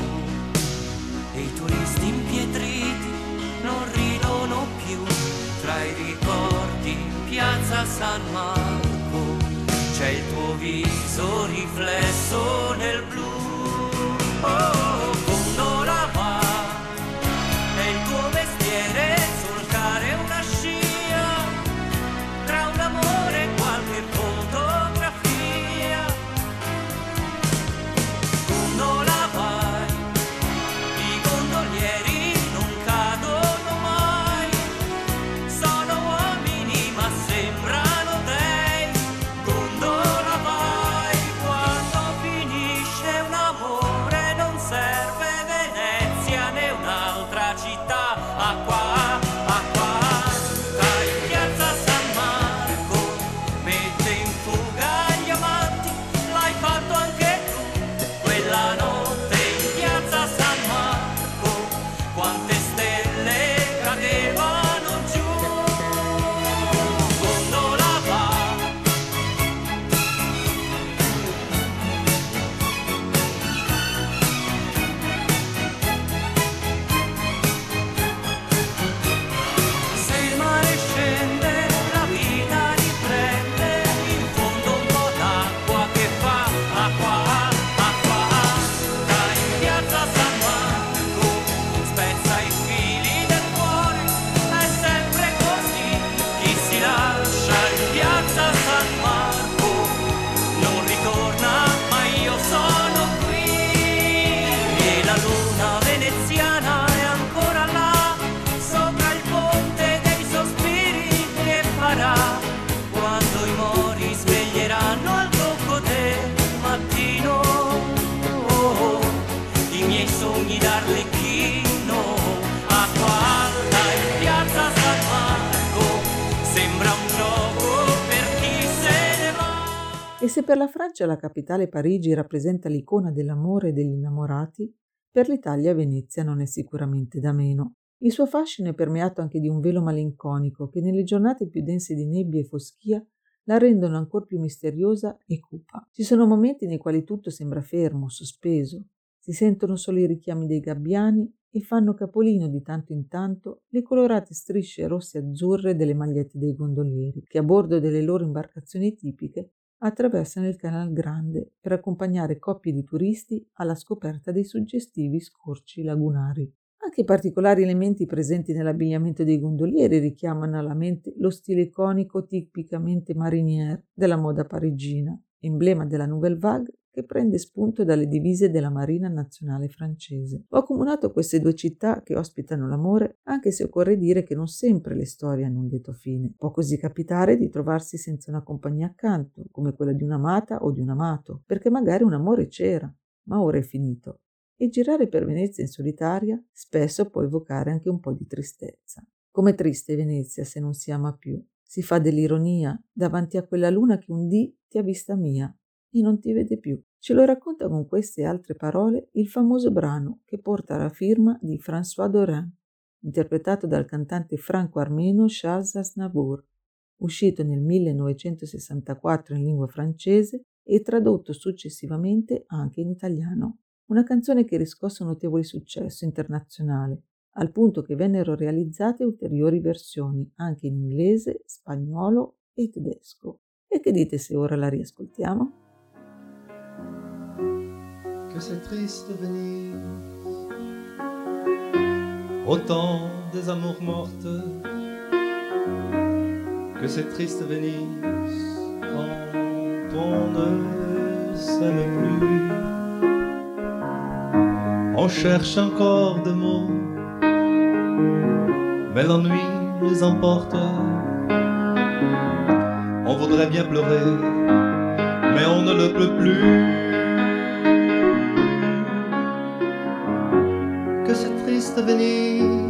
[SPEAKER 11] e i turisti impietriti non ridono più, tra i ricordi in piazza San Marco. C'è il tuo viso riflesso nel blu, oh, gondola va, è il tuo mestiere solcare una scia, tra un amore e qualche fotografia. Gondola vai, i gondolieri non cadono mai, sono uomini ma sembrano dei.
[SPEAKER 13] E se per la Francia la capitale Parigi rappresenta l'icona dell'amore e degli innamorati, per l'Italia Venezia non è sicuramente da meno. Il suo fascino è permeato anche di un velo malinconico che nelle giornate più dense di nebbia e foschia la rendono ancor più misteriosa e cupa. Ci sono momenti nei quali tutto sembra fermo, sospeso, si sentono solo i richiami dei gabbiani e fanno capolino di tanto in tanto le colorate strisce rosse e azzurre delle magliette dei gondolieri, che a bordo delle loro imbarcazioni tipiche attraversano il Canal Grande per accompagnare coppie di turisti alla scoperta dei suggestivi scorci lagunari. Anche i particolari elementi presenti nell'abbigliamento dei gondolieri richiamano alla mente lo stile iconico tipicamente marinière della moda parigina, emblema della Nouvelle Vague che prende spunto dalle divise della Marina Nazionale francese. Ho accomunato queste due città che ospitano l'amore, anche se occorre dire che non sempre le storie hanno un lieto fine. Può così capitare di trovarsi senza una compagnia accanto, come quella di un'amata o di un amato, perché magari un amore c'era, ma ora è finito. E girare per Venezia in solitaria spesso può evocare anche un po' di tristezza. Com'è triste Venezia se non si ama più. Si fa dell'ironia davanti a quella luna che un dì ti ha vista mia e non ti vede più. Ce lo racconta con queste altre parole il famoso brano che porta la firma di François Dorin, interpretato dal cantante franco-armeno Charles Aznavour, uscito nel millenovecentosessantaquattro in lingua francese e tradotto successivamente anche in italiano. Una canzone che riscosse un notevole successo internazionale, al punto che vennero realizzate ulteriori versioni anche in inglese, spagnolo e tedesco. E che dite se ora la riascoltiamo?
[SPEAKER 14] Que c'est triste Venise, autant des amours mortes. Que c'est triste Venise, quand on ne s'aime plus. On cherche encore des mots, mais l'ennui les emporte. On voudrait bien pleurer, mais on ne le peut plus. Que c'est triste Venise,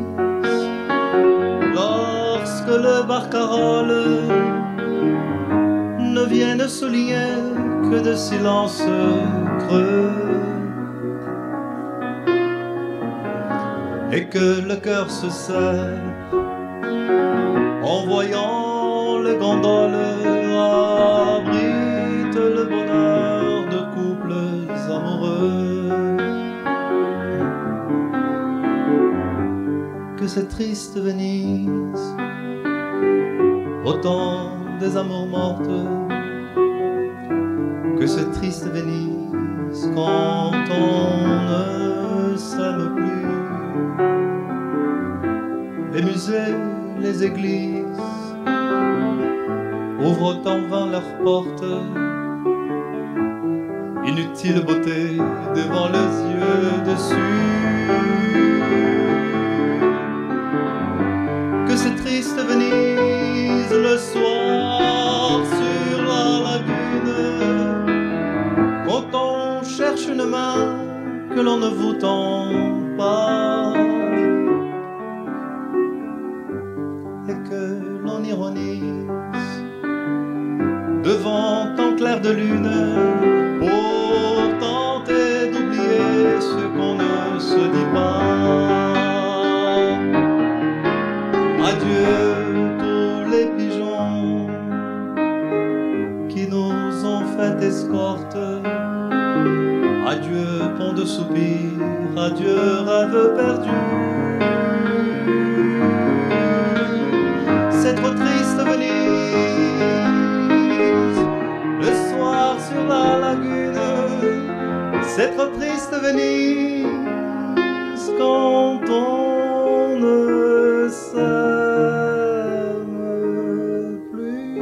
[SPEAKER 14] lorsque le barcarolle ne vienne souligner que de silence creux, et que le cœur se serre en voyant les gondoles abritent le bonheur de couples amoureux. Que c'est triste Venise, autant des amours mortes. Que c'est triste Venise, quand on ne s'aime plus. Les musées, les églises ouvrent en vain leurs portes. Inutile beauté devant les yeux dessus. Que c'est triste Venise, le soir sur la lagune, quand on cherche une main que l'on ne vous tend pas. Ironise devant un clair de lune pour tenter d'oublier ce qu'on ne se dit pas. Adieu tous les pigeons qui nous ont fait escorte. Adieu pont de soupir, adieu rêve perdu. C'est trop triste Venise, le soir sur la lagune. C'est trop triste Venise, quand on ne s'aime plus.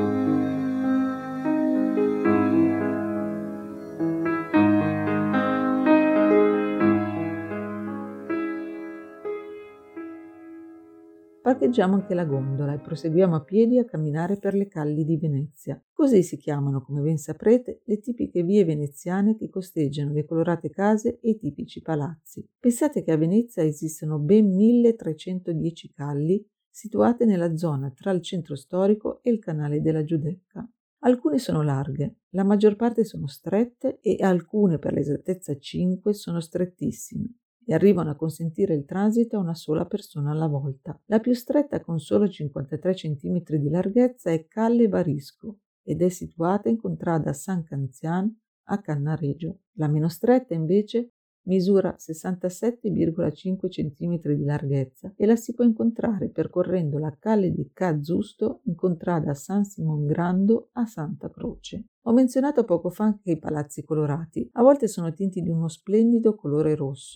[SPEAKER 13] Parcheggiamo anche la gondola e proseguiamo a piedi a camminare per le calli di Venezia. Così si chiamano, come ben saprete, le tipiche vie veneziane che costeggiano le colorate case e i tipici palazzi. Pensate che a Venezia esistono ben milletrecentodieci calli situate nella zona tra il centro storico e il canale della Giudecca. Alcune sono larghe, la maggior parte sono strette e alcune, per l'esattezza cinque, sono strettissime e arrivano a consentire il transito a una sola persona alla volta. La più stretta, con solo cinquantatré centimetri di larghezza, è Calle Barisco ed è situata in contrada San Canzian a Cannaregio. La meno stretta, invece, misura sessantasette virgola cinque centimetri di larghezza e la si può incontrare percorrendo la Calle di Ca' Zusto in contrada San Simon Grando a Santa Croce. Ho menzionato poco fa anche i palazzi colorati. A volte sono tinti di uno splendido colore rosso,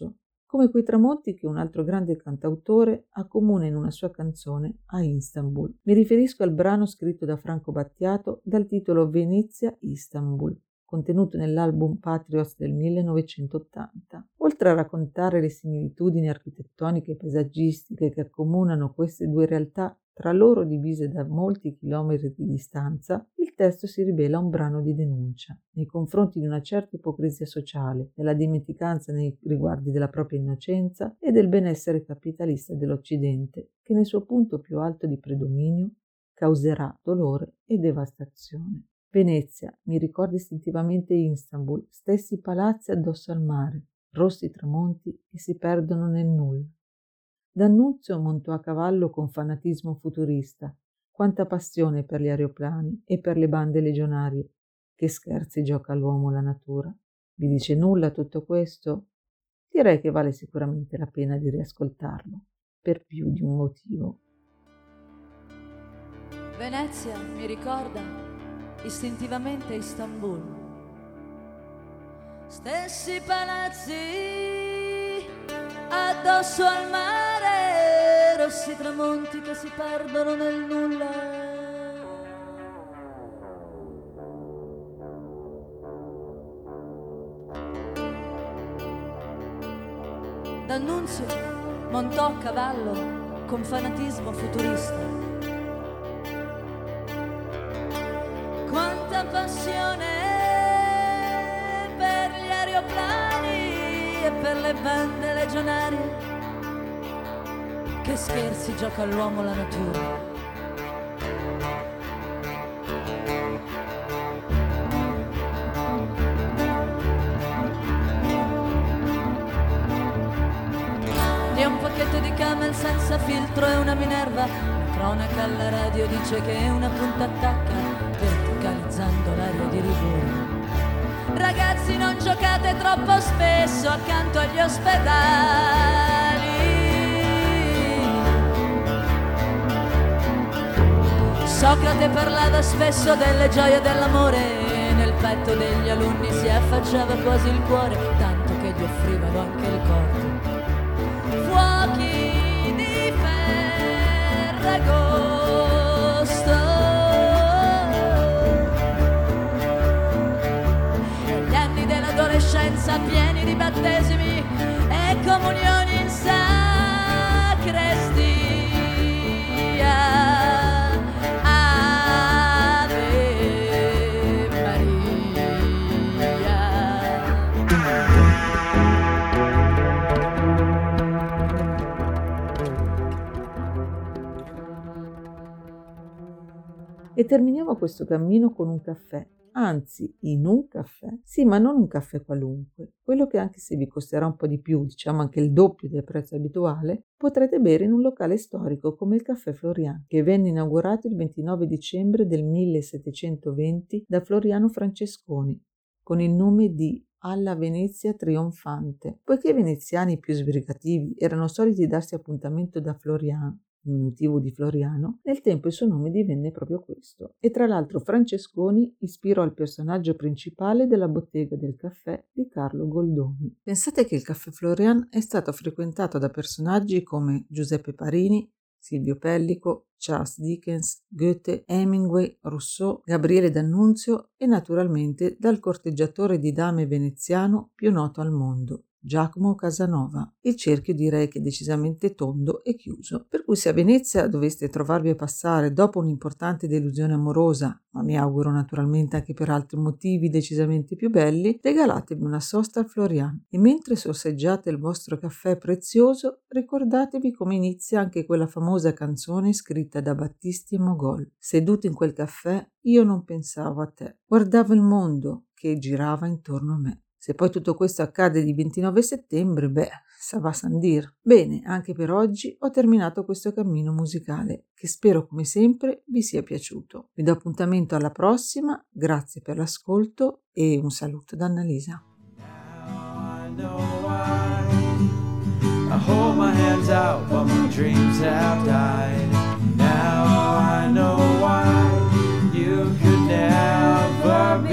[SPEAKER 13] come quei tramonti che un altro grande cantautore accomuna in una sua canzone a Istanbul. Mi riferisco al brano scritto da Franco Battiato dal titolo Venezia Istanbul, contenuto nell'album Patriots del millenovecentottanta. Oltre a raccontare le similitudini architettoniche e paesaggistiche che accomunano queste due realtà, tra loro divise da molti chilometri di distanza, il testo si rivela un brano di denuncia nei confronti di una certa ipocrisia sociale, della dimenticanza nei riguardi della propria innocenza e del benessere capitalista dell'Occidente, che nel suo punto più alto di predominio causerà dolore e devastazione. Venezia mi ricorda istintivamente Istanbul, stessi palazzi addosso al mare, rossi tramonti che si perdono nel nulla. D'Annunzio montò a cavallo con fanatismo futurista. Quanta passione per gli aeroplani e per le bande legionarie. Che scherzi gioca l'uomo la natura. Vi dice nulla tutto questo? Direi che vale sicuramente la pena di riascoltarlo, per più di un motivo.
[SPEAKER 15] Venezia mi ricorda istintivamente Istanbul. Stessi palazzi addosso al mare, rossi tramonti che si perdono nel nulla. D'Annunzio montò a cavallo con fanatismo futurista. Quanta passione per gli aeroplani e per le bande legionarie. Che scherzi gioca all'uomo la natura. Di un pacchetto di Camel senza filtro e una Minerva. La cronaca alla radio dice che una punta attacca, verticalizzando l'aria di rigore. Ragazzi, non giocate troppo spesso accanto agli ospedali. Socrate parlava spesso delle gioie dell'amore, nel petto degli alunni si affacciava quasi il cuore, tanto che gli offrivano anche il corpo. Fuochi di Ferragosto e gli anni dell'adolescenza pieni di battesimi e comunioni in sacrestia.
[SPEAKER 13] E terminiamo questo cammino con un caffè, anzi in un caffè, sì, ma non un caffè qualunque, quello che anche se vi costerà un po' di più, diciamo anche il doppio del prezzo abituale, potrete bere in un locale storico come il Caffè Florian, che venne inaugurato il ventinove dicembre del millesettecentoventi da Floriano Francesconi, con il nome di Alla Venezia Trionfante, poiché i veneziani più sbrigativi erano soliti darsi appuntamento da Florian, diminutivo di Floriano, nel tempo il suo nome divenne proprio questo. E tra l'altro Francesconi ispirò il personaggio principale della bottega del caffè di Carlo Goldoni. Pensate che il Caffè Florian è stato frequentato da personaggi come Giuseppe Parini, Silvio Pellico, Charles Dickens, Goethe, Hemingway, Rousseau, Gabriele D'Annunzio e naturalmente dal corteggiatore di dame veneziano più noto al mondo, Giacomo Casanova. Il cerchio direi che è decisamente tondo e chiuso, per cui se a Venezia doveste trovarvi a passare dopo un'importante delusione amorosa, ma mi auguro naturalmente anche per altri motivi decisamente più belli, regalatevi una sosta al Florian e mentre sorseggiate il vostro caffè prezioso ricordatevi come inizia anche quella famosa canzone scritta da Battisti e Mogol. Seduto in quel caffè io non pensavo a te, guardavo il mondo che girava intorno a me. Se poi tutto questo accade di ventinove settembre, beh, ça va sans dire. Bene, anche per oggi ho terminato questo cammino musicale, che spero come sempre vi sia piaciuto. Vi do appuntamento alla prossima, grazie per l'ascolto e un saluto da Annalisa.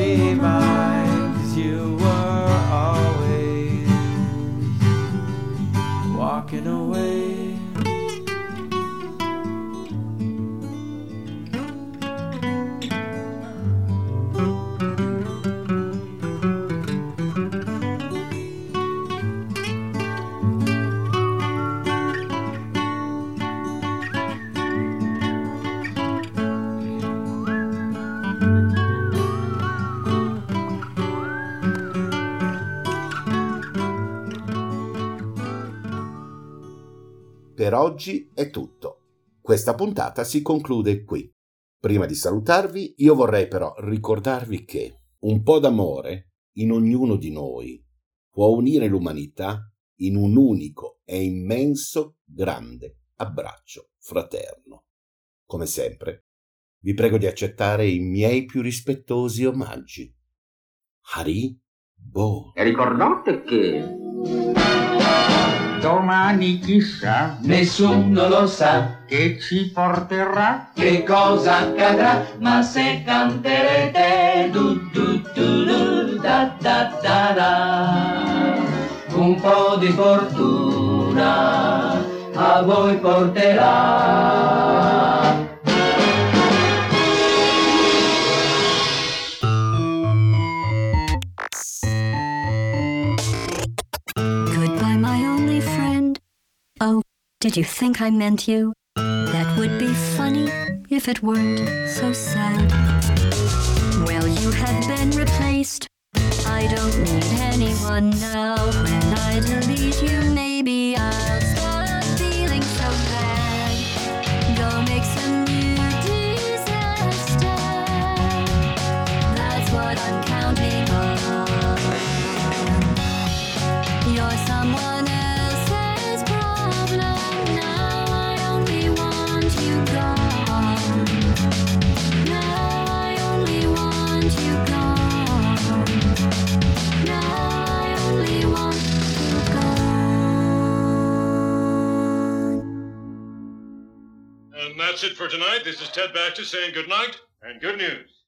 [SPEAKER 11] You were always
[SPEAKER 5] Per oggi è tutto. Questa puntata si conclude qui. Prima di salutarvi, io vorrei però ricordarvi che un po' d'amore in ognuno di noi può unire l'umanità in un unico e immenso grande abbraccio fraterno. Come sempre, vi prego di accettare i miei più rispettosi omaggi. Hari Bo.
[SPEAKER 16] E ricordate che domani chissà, nessuno lo sa, che ci porterà, che cosa accadrà, ma se canterete du du du du da da da da, un po' di fortuna a voi porterà.
[SPEAKER 17] Goodbye, my only friend. Oh, did you think I meant you? That would be funny if it weren't so sad. Well, you have been replaced. I don't need anyone now. When I delete you, maybe I'll stop feeling so bad. Go make some new disaster. That's what I'm counting on. You're someone else's problem. Now I only want you gone. Now I only want you gone. Now I only want you gone.
[SPEAKER 18] And that's it for tonight. This is Ted Baxter saying good night and good news.